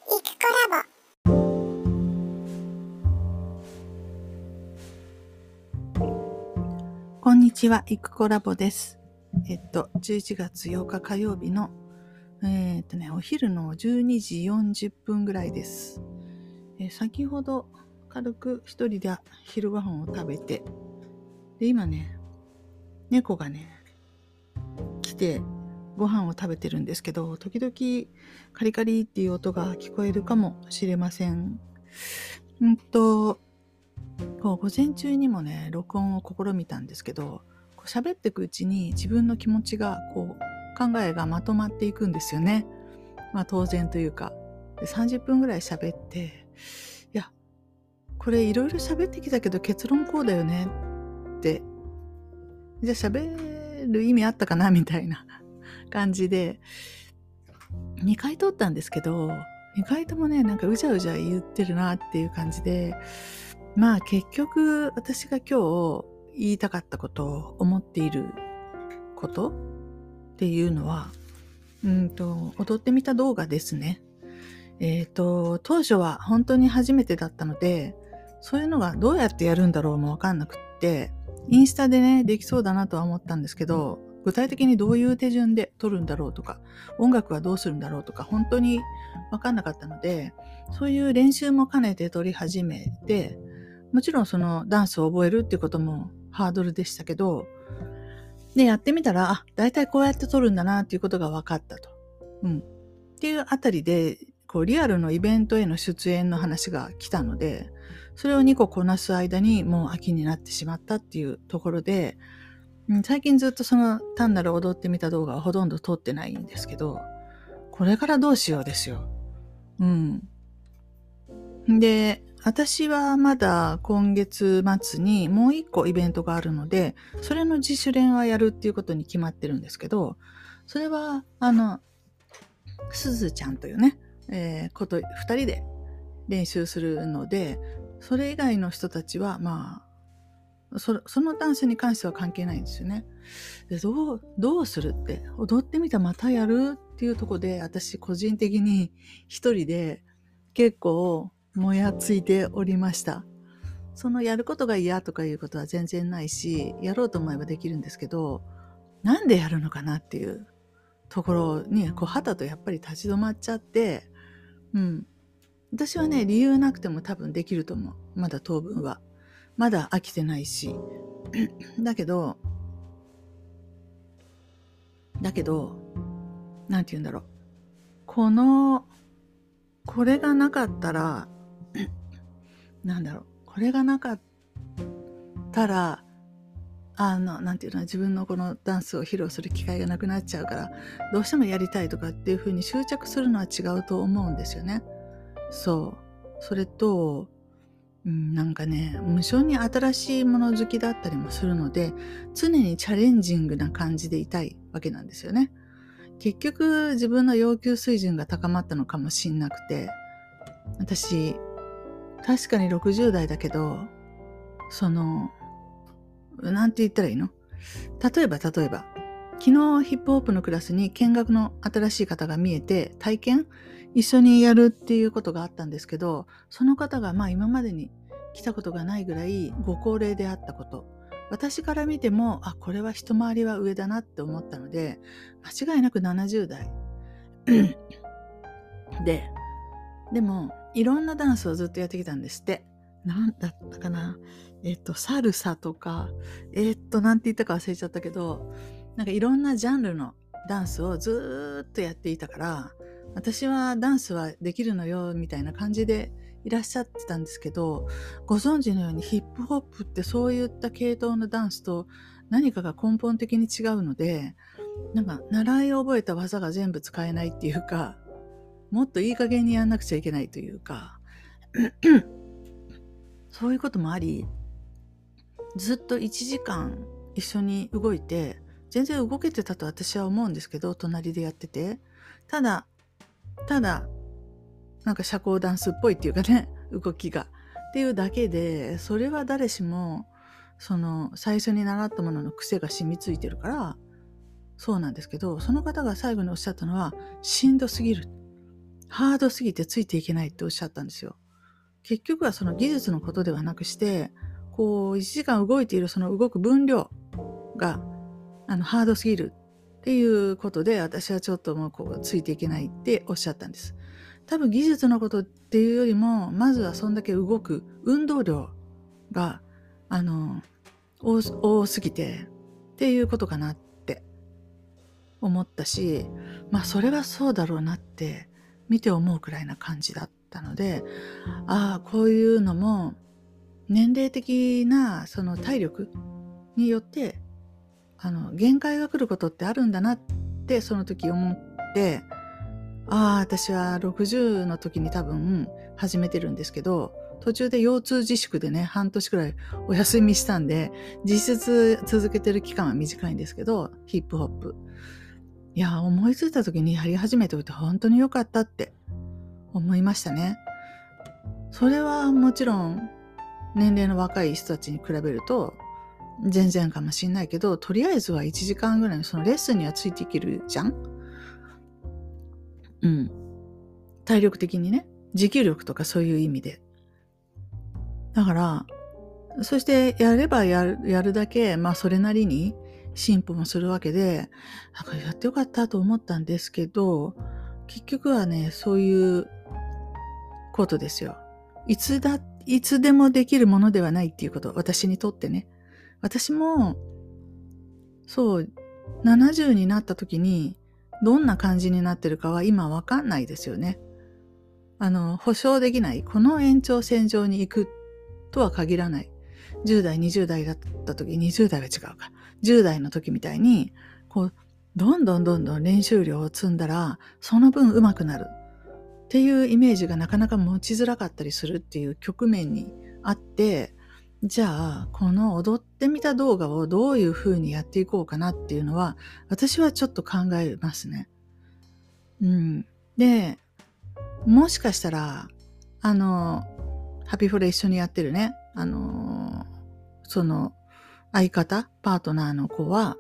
イクコラボ。 こんにちは、イクコラボです。11月8日火曜日の、お昼の12時40分ぐらいです。先ほど軽く一人で昼ご飯を食べて、で、今ね、猫がね、来てご飯を食べてるんですけど、時々カリカリっていう音が聞こえるかもしれません。午前中にもね、録音を試みたんですけど、喋っていくうちに自分の気持ちが考えがまとまっていくんですよね。まあ当然というか。で30分ぐらい喋って、いや、これいろいろ喋ってきたけど結論こうだよねって、じゃあ喋る意味あったかなみたいな感じで、2回撮ったんですけど、2回ともね、なんかうじゃうじゃ言ってるなっていう感じで、まあ結局私が今日言いたかったことを思っていることっていうのは、踊ってみた動画ですね。当初は本当に初めてだったので、そういうのがどうやってやるんだろうもわかんなくって、インスタでね、できそうだなとは思ったんですけど、具体的にどういう手順で撮るんだろうとか、音楽はどうするんだろうとか、本当にわかんなかったので、そういう練習も兼ねて撮り始めて、もちろんそのダンスを覚えるっていうこともハードルでしたけど、で、やってみたら、だいたいこうやって撮るんだなっていうことが分かったと。っていうあたりで、リアルのイベントへの出演の話が来たので、それを2個こなす間にもう秋になってしまったっていうところで、最近ずっとその単なる踊ってみた動画はほとんど撮ってないんですけど、これからどうしようですよ。で、私はまだ今月末にもう一個イベントがあるので、それの自主練はやるっていうことに決まってるんですけど、それは、すずちゃんというね、二人で練習するので、それ以外の人たちは、まあ、そのダンスに関しては関係ないんですよね。で、どうするって、踊ってみたまたやるっていうところで、私個人的に一人で結構もやついておりました。そのやることが嫌とかいうことは全然ないし、やろうと思えばできるんですけど、なんでやるのかなっていうところに、はたとやっぱり立ち止まっちゃって、私はね、理由なくても多分できると思う。まだ当分は。まだ飽きてないし。だけど、なんて言うんだろう。これがなかったら、これがなかったら、なんていうの、自分のこのダンスを披露する機会がなくなっちゃうから、どうしてもやりたいとかっていう風に執着するのは違うと思うんですよね。そう。それと、なんかね、無性に新しいもの好きだったりもするので、常にチャレンジングな感じでいたいわけなんですよね。結局、自分の要求水準が高まったのかもしんなくて、私、確かに60代だけど、なんて言ったらいいの？例えば、昨日ヒップホップのクラスに見学の新しい方が見えて、一緒にやるっていうことがあったんですけど、その方が今までに来たことがないぐらいご高齢であったこと。私から見ても、これは一回りは上だなって思ったので、間違いなく70代。でも、いろんなダンスをずっとやってきたんですって。なんだったかな。サルサとか、なんて言ったか忘れちゃったけど、なんかいろんなジャンルのダンスをずっとやっていたから、私はダンスはできるのよ、みたいな感じでいらっしゃってたんですけど、ご存知のようにヒップホップってそういった系統のダンスと何かが根本的に違うので、なんか習い覚えた技が全部使えないっていうか、もっといい加減にやんなくちゃいけないというか、そういうこともあり、ずっと1時間一緒に動いて、全然動けてたと私は思うんですけど、隣でやってて。ただ、なんか社交ダンスっぽいっていうかね、動きが。っていうだけで、それは誰しも、最初に習ったものの癖が染みついてるから、そうなんですけど、その方が最後におっしゃったのは、しんどすぎる。 ハードすぎてついていけないっておっしゃったんですよ。結局はその技術のことではなくして、こう1時間動いているその動く分量がハードすぎるっていうことで、私はちょっともうこうついていけないっておっしゃったんです。多分技術のことっていうよりも、まずはそんだけ動く運動量が多すぎてっていうことかなって思ったし、まあそれはそうだろうなって見て思うくらいな感じだったので、ああこういうのも年齢的なその体力によって限界が来ることってあるんだなってその時思って、私は60の時に多分始めてるんですけど、途中で腰痛自粛でね、半年くらいお休みしたんで、実質続けてる期間は短いんですけど、ヒップホップ。いや、思いついた時にやり始めておいて本当に良かったって思いましたね。それはもちろん年齢の若い人たちに比べると全然かもしんないけど、とりあえずは1時間ぐらいのそのレッスンにはついていけるじゃん。体力的にね、持久力とかそういう意味で。だから、そしてやればやるだけ、まあそれなりに進歩もするわけで、なんかやってよかったと思ったんですけど、結局はね、そういうことですよ。いつでもできるものではないっていうこと、私にとってね。私も、そう、70になった時に、どんな感じになってるかは今わかんないですよね。保証できない。この延長線上に行くとは限らない。10代、20代だった時、20代は違うか。10代の時みたいに、こう、どんどん練習量を積んだら、その分上手くなる。っていうイメージがなかなか持ちづらかったりするっていう局面にあって、じゃあ、この踊ってみた動画をどういう風にやっていこうかなっていうのは、私はちょっと考えますね。で、もしかしたら、ハピフォレ一緒にやってるね、その相方、パートナーの子は、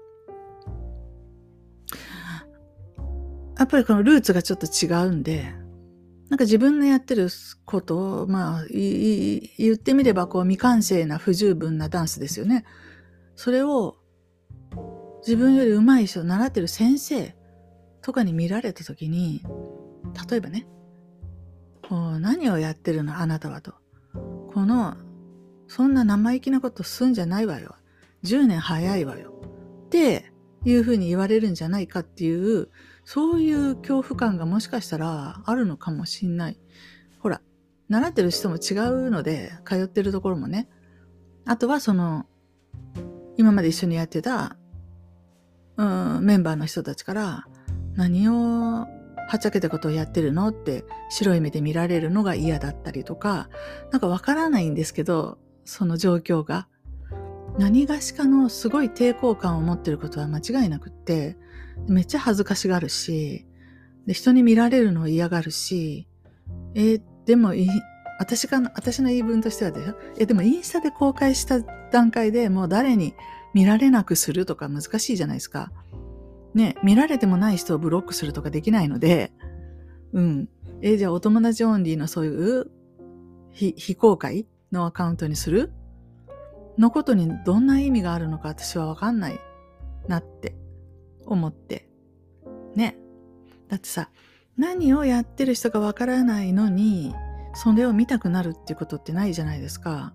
やっぱりこのルーツがちょっと違うんで、なんか自分のやってることを、まあ、言ってみれば、こう、未完成な不十分なダンスですよね。それを、自分より上手い人、習ってる先生とかに見られたときに、例えばね、何をやってるのあなたはと。そんな生意気なことすんじゃないわよ。10年早いわよ。っていうふうに言われるんじゃないかっていう、そういう恐怖感がもしかしたらあるのかもしんない。ほら、習ってる人も違うので、通ってるところもね。あとは今まで一緒にやってた、メンバーの人たちから、何をはっちゃけたことをやってるのって白い目で見られるのが嫌だったりとか、なんかわからないんですけど、その状況が。何がしかのすごい抵抗感を持ってることは間違いなくって、めっちゃ恥ずかしがるし、で人に見られるのを嫌がるし、でも私の言い分としてはでしょ。でもインスタで公開した段階でもう誰に見られなくするとか難しいじゃないですか。ね、見られてもない人をブロックするとかできないので、じゃあお友達オンリーのそういう非公開のアカウントにするのことにどんな意味があるのか私はわかんないなって思って。ね。だってさ、何をやってる人がわからないのに、それを見たくなるっていうことってないじゃないですか。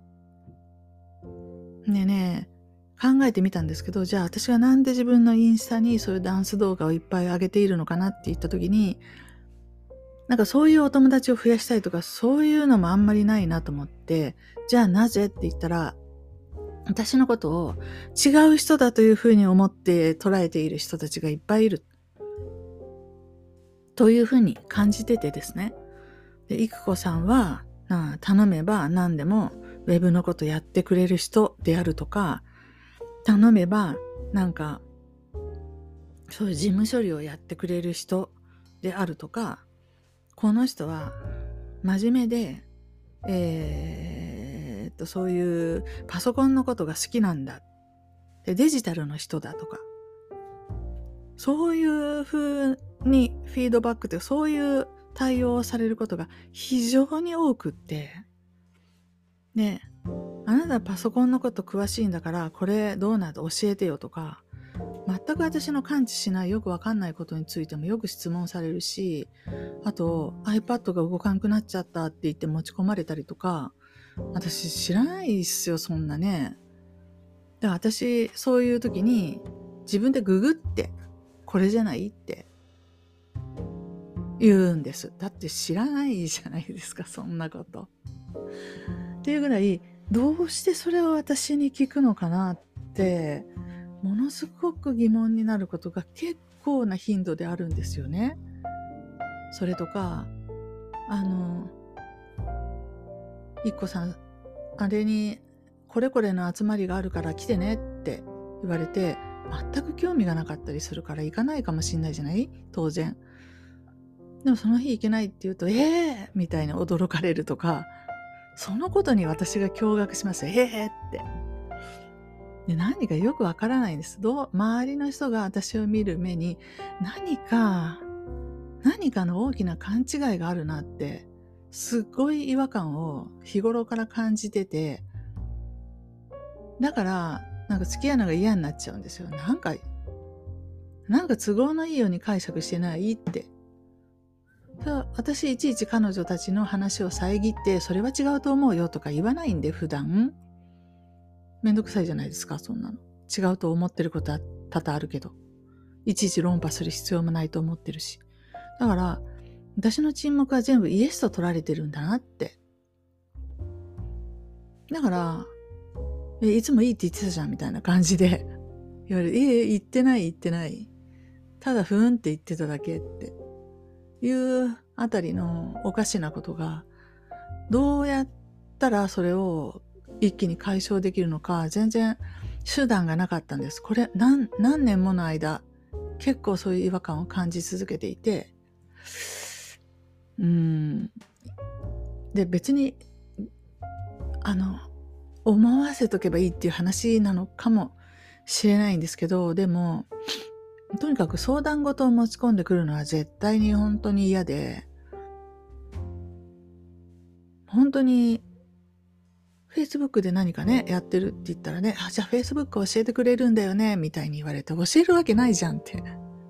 ねえ、考えてみたんですけど、じゃあ私はなんで自分のインスタにそういうダンス動画をいっぱい上げているのかなって言った時に、なんかそういうお友達を増やしたいとか、そういうのもあんまりないなと思って、じゃあなぜって言ったら、私のことを違う人だというふうに思って捉えている人たちがいっぱいいる。というふうに感じててですね。で、いくこさんは、頼めば何でもウェブのことやってくれる人であるとか、頼めばなんかそういう事務処理をやってくれる人であるとか、この人は真面目で、そういうパソコンのことが好きなんだ。で、デジタルの人だとか、そういう風にフィードバックってそういう対応されることが非常に多くって、ね、あなたパソコンのこと詳しいんだからこれどうなって教えてよとか、全く私の感知しないよくわかんないことについてもよく質問されるし、あと iPad が動かなくなっちゃったって言って持ち込まれたりとか、私知らないっすよそんなね。だから私そういう時に自分でググってこれじゃないって言うんです。だって知らないじゃないですかそんなこと。っていうぐらい、どうしてそれを私に聞くのかなってものすごく疑問になることが結構な頻度であるんですよね。それとかいっこさんあれにこれこれの集まりがあるから来てねって言われて、全く興味がなかったりするから行かないかもしんないじゃない、当然。でもその日行けないって言うとみたいに驚かれるとか、そのことに私が驚愕しますよ。ってで、何かよくわからないんです。周りの人が私を見る目に何かの大きな勘違いがあるなってすっごい違和感を日頃から感じてて、だからなんか付き合うのが嫌になっちゃうんですよ。なんか都合のいいように解釈してないって。私いちいち彼女たちの話を遮ってそれは違うと思うよとか言わないんで、普段めんどくさいじゃないですか、そんなの。違うと思ってることは多々あるけど、いちいち論破する必要もないと思ってるし。だから私の沈黙は全部イエスと取られてるんだなって。だからいつもいいって言ってたじゃんみたいな感じで言われて、言ってない。ただふーんって言ってただけっていうあたりのおかしなことが、どうやったらそれを一気に解消できるのか全然手段がなかったんです。これ何年もの間結構そういう違和感を感じ続けていて、で別に思わせとけばいいっていう話なのかもしれないんですけど、でもとにかく相談事を持ち込んでくるのは絶対に本当に嫌で、本当に Facebook で何かねやってるって言ったらね、じゃあ Facebook 教えてくれるんだよねみたいに言われて、教えるわけないじゃんって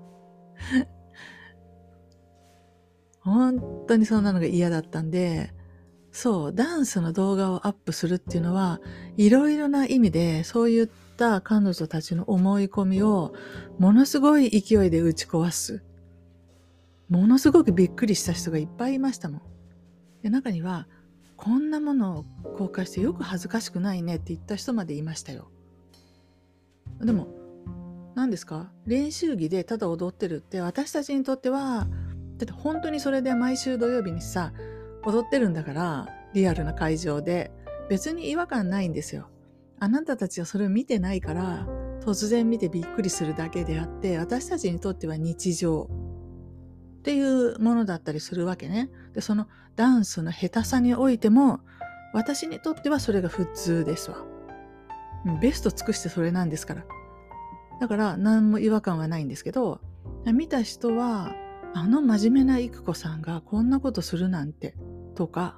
本当にそんなのが嫌だったんで、そう、ダンスの動画をアップするっていうのはいろいろな意味でそういった彼女たちの思い込みをものすごい勢いで打ち壊す。ものすごくびっくりした人がいっぱいいましたもん。で、中にはこんなものを公開してよく恥ずかしくないねって言った人までいましたよ。でも何ですか、練習着でただ踊ってるって私たちにとっては、だって本当にそれで毎週土曜日にさ踊ってるんだから、リアルな会場で別に違和感ないんですよ。あなたたちはそれを見てないから突然見てびっくりするだけであって、私たちにとっては日常っていうものだったりするわけね。で、そのダンスの下手さにおいても私にとってはそれが普通ですわ。ベスト尽くしてそれなんですから。だから何も違和感はないんですけど、見た人は真面目な育子さんがこんなことするなんてとか、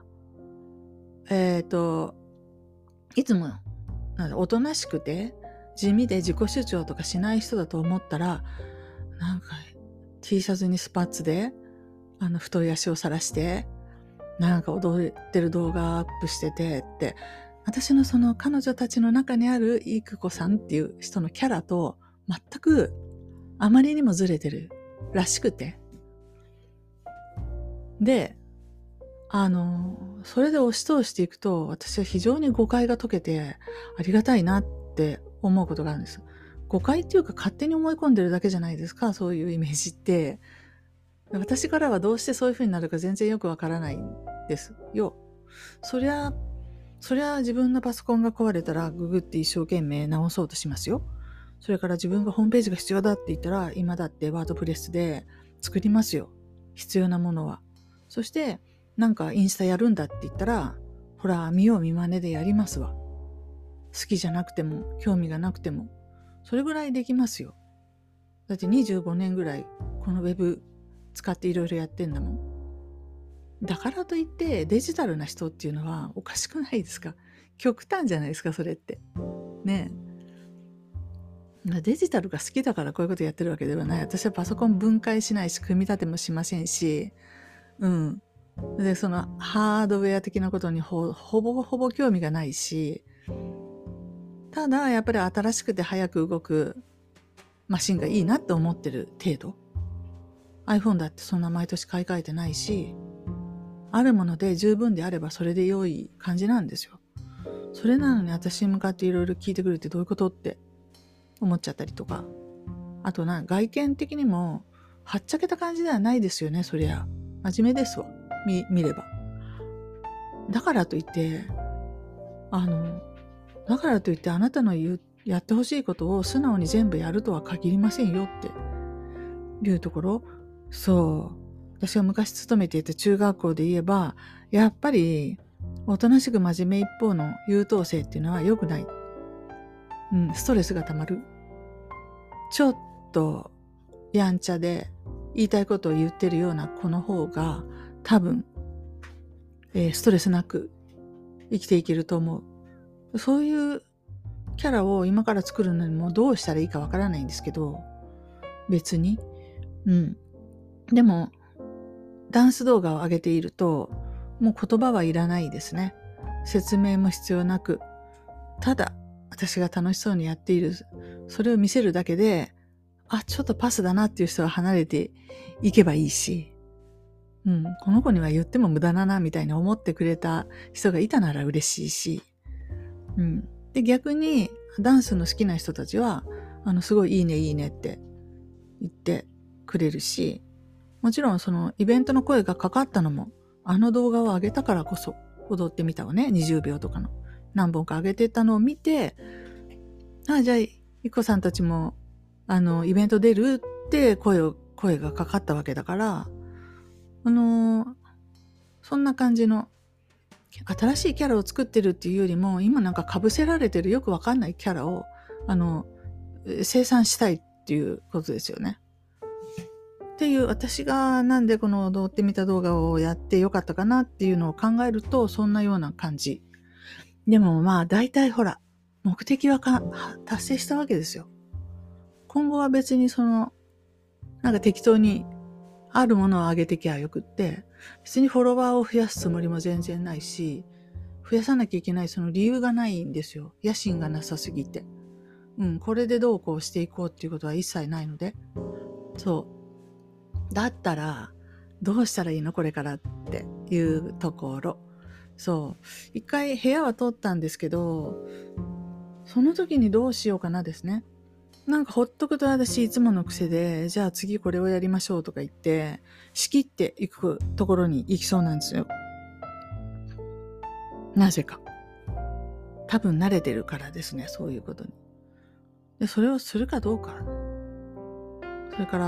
いつもおとなしくて地味で自己主張とかしない人だと思ったら、なんか T シャツにスパッツで太い足を晒してなんか踊ってる動画アップしててって、私のその彼女たちの中にある育子さんっていう人のキャラと全くあまりにもずれてるらしくて、でそれで押し通していくと私は非常に誤解が解けてありがたいなって思うことがあるんです。誤解っていうか勝手に思い込んでるだけじゃないですか、そういうイメージって。私からはどうしてそういう風になるか全然よくわからないんですよ。そりゃ自分のパソコンが壊れたらググって一生懸命直そうとしますよ。それから自分がホームページが必要だって言ったら今だってワードプレスで作りますよ、必要なものは。そしてなんかインスタやるんだって言ったら、ほら見よう見まねでやりますわ。好きじゃなくても興味がなくてもそれぐらいできますよ。だって25年ぐらいこのウェブ使っていろいろやってんだもん。 だからといってデジタルな人っていうのはおかしくないですか？極端じゃないですか、それって。ねえ。デジタルが好きだからこういうことやってるわけではない。私はパソコン分解しないし、組み立てもしませんし、うん。で、そのハードウェア的なことにほぼほぼ興味がないし、ただやっぱり新しくて早く動くマシンがいいなって思ってる程度。iPhone だってそんな毎年買い替えてないし、あるもので十分であればそれで良い感じなんですよ。それなのに私に向かっていろいろ聞いてくるってどういうことって思っちゃったりとか。あと外見的にもはっちゃけた感じではないですよね、そりゃ。真面目ですわ。見れば。だからといって、だからといってあなたのやってほしいことを素直に全部やるとは限りませんよっていうところ。そう。私が昔勤めていた中学校で言えば、やっぱり、おとなしく真面目一方の優等生っていうのは良くない。ストレスが溜まる。ちょっと、やんちゃで、言いたいことを言ってるような子の方が、多分、ストレスなく生きていけると思う。そういうキャラを今から作るのにもどうしたらいいかわからないんですけど、別に。でも、ダンス動画を上げていると、もう言葉はいらないですね。説明も必要なく、ただ私が楽しそうにやっている、それを見せるだけで、ちょっとパスだなっていう人は離れていけばいいし、この子には言っても無駄だなみたいに思ってくれた人がいたなら嬉しいし、で逆にダンスの好きな人たちはすごいいいねいいねって言ってくれるし、もちろんそのイベントの声がかかったのも動画を上げたからこそ、踊ってみたをね、20秒とかの何本か上げてたのを見て、じゃあいこさんたちもイベント出るって声がかかったわけだから、そんな感じの新しいキャラを作ってるっていうよりも、今被せられてるよくわかんないキャラを生産したいっていうことですよね。っていう、私がなんでこの踊ってみた動画をやってよかったかなっていうのを考えると、そんなような感じ。でも大体ほら、目的は達成したわけですよ。今後は別に適当にあるものを上げてきゃよくって、別にフォロワーを増やすつもりも全然ないし、増やさなきゃいけないその理由がないんですよ。野心がなさすぎて。これでどうこうしていこうっていうことは一切ないので。そう。だったら、どうしたらいいのこれからっていうところ。そう。一回部屋は取ったんですけど、その時にどうしようかなですね。ほっとくと私いつもの癖で、じゃあ次これをやりましょうとか言って、仕切っていくところに行きそうなんですよ。なぜか。多分慣れてるからですね、そういうことに。で、それをするかどうか。それから、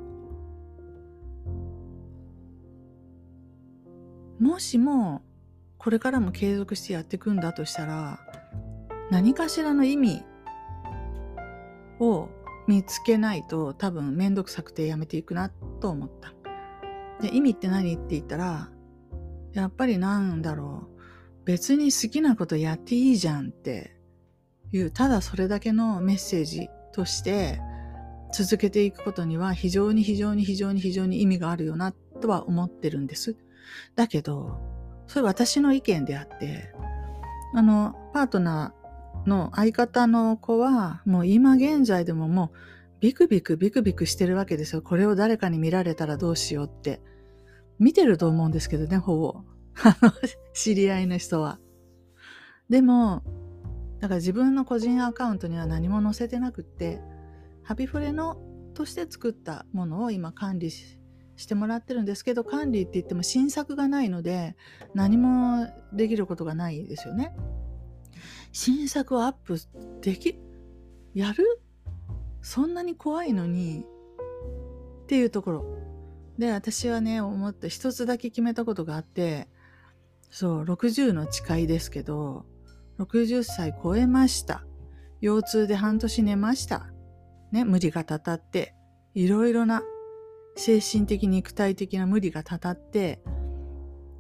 もしも、これからも継続してやっていくんだとしたら、何かしらの意味を見つけないと多分めんどくさくてやめていくなと思った。で、意味って何って言ったら、やっぱり別に好きなことやっていいじゃんっていう、ただそれだけのメッセージとして続けていくことには非常に意味があるよなとは思ってるんです。だけど、それ私の意見であって、パートナーの相方の子はもう今現在でももうビクビクしてるわけですよ。これを誰かに見られたらどうしようって。見てると思うんですけどね、ほぼ。知り合いの人は。でも、だから自分の個人アカウントには何も載せてなくって、ハビフレとして作ったものを今管理してもらってるんですけど、管理って言っても新作がないので、何もできることがないですよね。新作をアップやる？そんなに怖いのにっていうところ。で、私はね、思って一つだけ決めたことがあって、そう、60の誓いですけど、60歳超えました。腰痛で半年寝ました。ね、無理がたたって、いろいろな精神的肉体的な無理がたたって、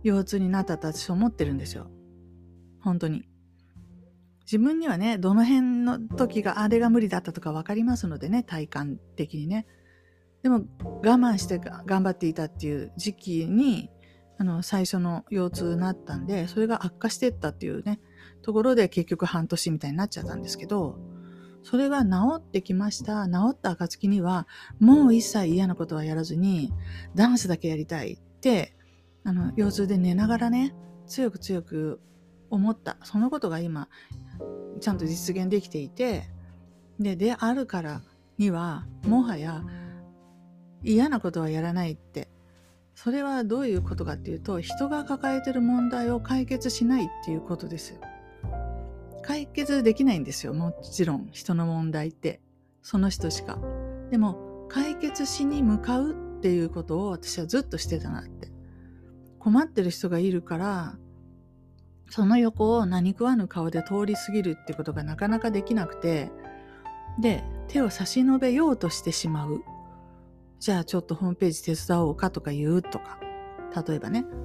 腰痛になったと私は思ってるんですよ。本当に。自分にはね、どの辺の時があれが無理だったとか分かりますのでね、体感的にね。でも我慢して頑張っていたっていう時期に最初の腰痛になったんで、それが悪化してったっていうねところで結局半年みたいになっちゃったんですけど、それが治ってきました。治った暁にはもう一切嫌なことはやらずにダンスだけやりたいって腰痛で寝ながらね強く思った。そのことが今ちゃんと実現できていて、であるからにはもはや嫌なことはやらないって。それはどういうことかっていうと、人が抱えてる問題を解決しないっていうことですよ。解決できないんですよ。もちろん人の問題ってその人しか。でも解決しに向かうっていうことを私はずっとしてたなって。困ってる人がいるからその横を何食わぬ顔で通り過ぎるってことがなかなかできなくて、で手を差し伸べようとしてしまう。じゃあちょっとホームページ手伝おうかとか言うとか、例えばね。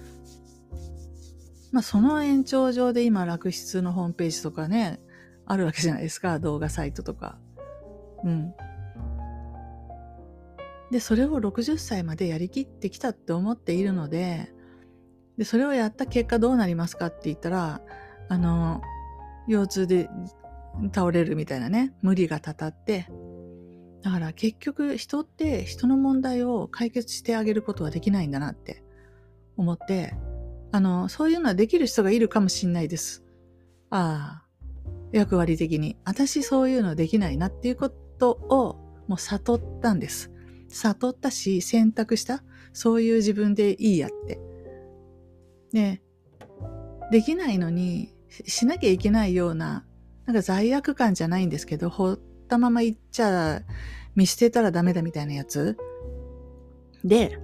その延長上で今楽室のホームページとかねあるわけじゃないですか、動画サイトとか。でそれを60歳までやりきってきたって思っているので、それをやった結果どうなりますかって言ったら腰痛で倒れるみたいなね、無理がたたって。だから結局人って人の問題を解決してあげることはできないんだなって思って、そういうのはできる人がいるかもしれないです。役割的に私そういうのできないなっていうことをもう悟ったんです。悟ったし選択した。そういう自分でいいやって。できないのにしなきゃいけないようななんか罪悪感じゃないんですけど、ほったまま行っちゃ見捨てたらダメだみたいなやつで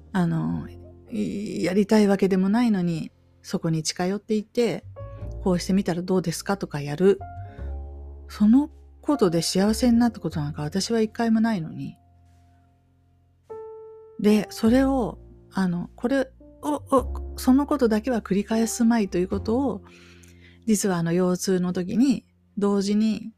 やりたいわけでもないのにそこに近寄っていってこうしてみたらどうですかとかやる。そのことで幸せになったことなんか私は一回もないのに。でそれをこれをそのことだけは繰り返すまいということを実は腰痛の時に同時に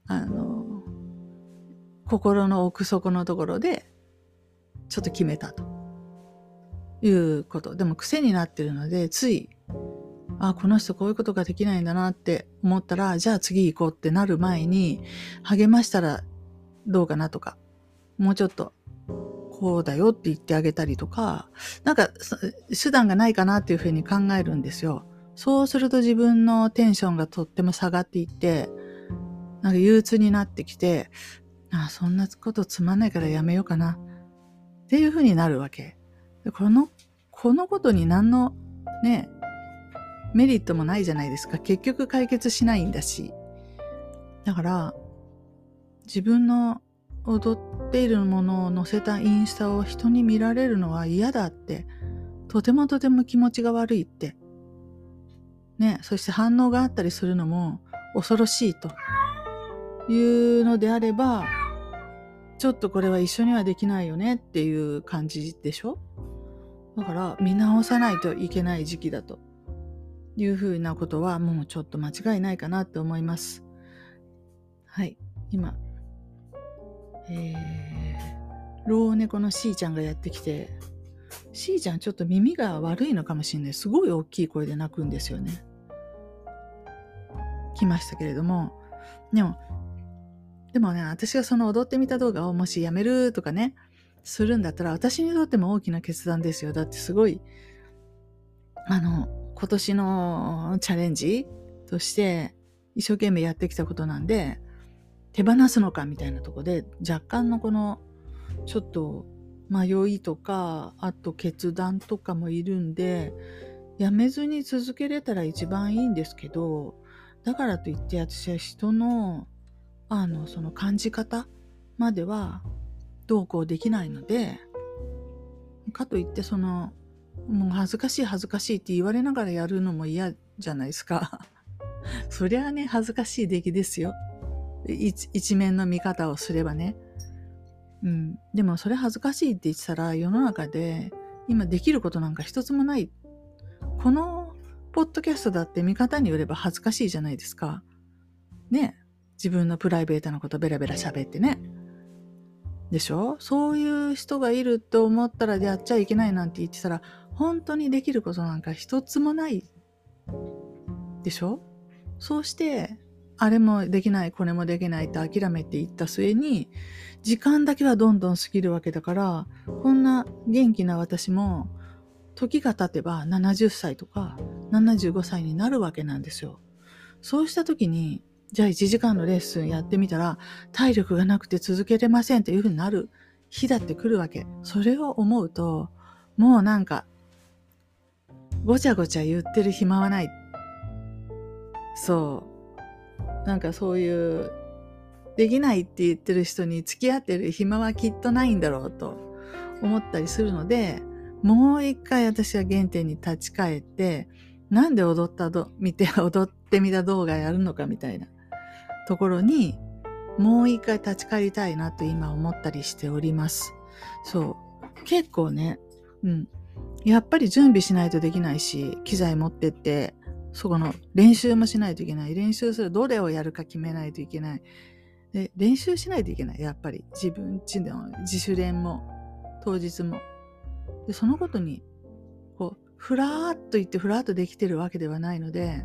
心の奥底のところでちょっと決めたということ。でも癖になってるのでついこの人こういうことができないんだなって思ったら、じゃあ次行こうってなる前に励ましたらどうかなとか、もうちょっとこうだよって言ってあげたりとか、なんか手段がないかなっていうふうに考えるんですよ。そうすると自分のテンションがとっても下がっていって、なんか憂鬱になってきて、そんなことつまんないからやめようかなっていうふうになるわけ。でこのことに何のねメリットもないじゃないですか。結局解決しないんだし。だから自分の踊っているものを載せたインスタを人に見られるのは嫌だって、とても気持ちが悪いってね、そして反応があったりするのも恐ろしいというのであれば、ちょっとこれは一緒にはできないよねっていう感じでしょ。だから見直さないといけない時期だというふうなことはもうちょっと間違いないかなって思います。はい、今老猫のしーちゃんがやってきて、しーちゃんちょっと耳が悪いのかもしれない。すごい大きい声で泣くんですよね。来ましたけれども、でもね、私がその踊ってみた動画をもしやめるとかねするんだったら、私にとっても大きな決断ですよ。だってすごい今年のチャレンジとして一生懸命やってきたことなんで、手放すのかみたいなとこで若干のこのちょっと迷いとか、あと決断とかもいるんで、やめずに続けれたら一番いいんですけど、だからといって私は人のその感じ方まではどうこうできないので、かといってもう恥ずかしいって言われながらやるのも嫌じゃないですか。そりゃあね、恥ずかしい出来ですよ。一面の見方をすればね。でもそれ恥ずかしいって言ってたら世の中で今できることなんか一つもないこのポッドキャストだって見方によれば恥ずかしいじゃないですか。ね。自分のプライベートなことベラベラ喋ってね。でしょ？そういう人がいると思ったらやっちゃいけないなんて言ってたら、本当にできることなんか一つもないでしょ？そうして、あれもできない、これもできないって諦めていった末に、時間だけはどんどん過ぎるわけだから、こんな元気な私も、時が経てば70歳とか75歳になるわけなんですよ。そうした時に、じゃあ1時間のレッスンやってみたら、体力がなくて続けれませんっていう風になる日だって来るわけ。それを思うと、もうなんか、ごちゃごちゃ言ってる暇はない。そう。なんかそういう、できないって言ってる人に付き合ってる暇はきっとないんだろうと思ったりするので、もう一回私は原点に立ち返って、なんで踊ってみた動画やるのかみたいなところに、もう一回立ち返りたいなと今思ったりしております。そう。結構ね、やっぱり準備しないとできないし、機材持ってって、そこの練習もしないといけない。練習するどれをやるか決めないといけない。で、練習しないといけない。やっぱり自分ちの自主練も当日も。で、そのことに、こう、ふらーっと言ってふらーっとできてるわけではないので、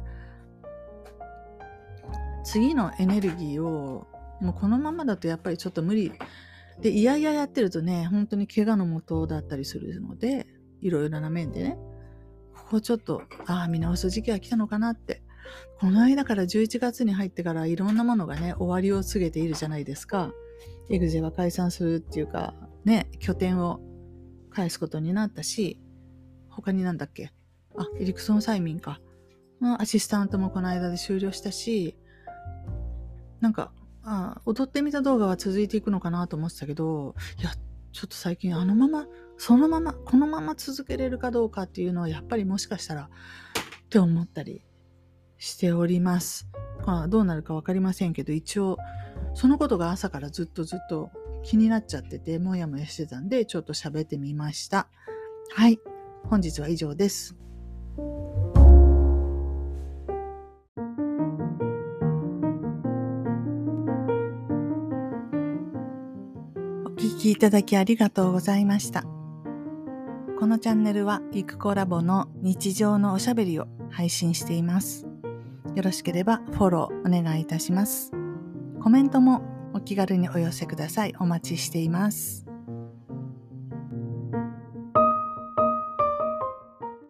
次のエネルギーを、もうこのままだとやっぱりちょっと無理。で、いやいややってるとね、本当に怪我のもとだったりするので、いろいろな面でね、ここちょっと、見直す時期が来たのかなって。この間から11月に入ってからいろんなものがね、終わりを告げているじゃないですか。エグゼは解散するっていうか、ね、拠点を返すことになったし、他になんだっけ？エリクソン催眠か。アシスタントもこの間で終了したし、なんか、踊ってみた動画は続いていくのかなと思ってたけど、いや、ちょっと最近このまま続けれるかどうかっていうのはやっぱりもしかしたらって思ったりしております。どうなるかわかりませんけど、一応、そのことが朝からずっと気になっちゃってて、もやもやしてたんで、ちょっと喋ってみました。はい。本日は以上です。お聞きいただきありがとうございました。このチャンネルはゆくこラボの日常のおしゃべりを配信しています。よろしければフォローお願いいたします。コメントもお気軽にお寄せください。お待ちしています。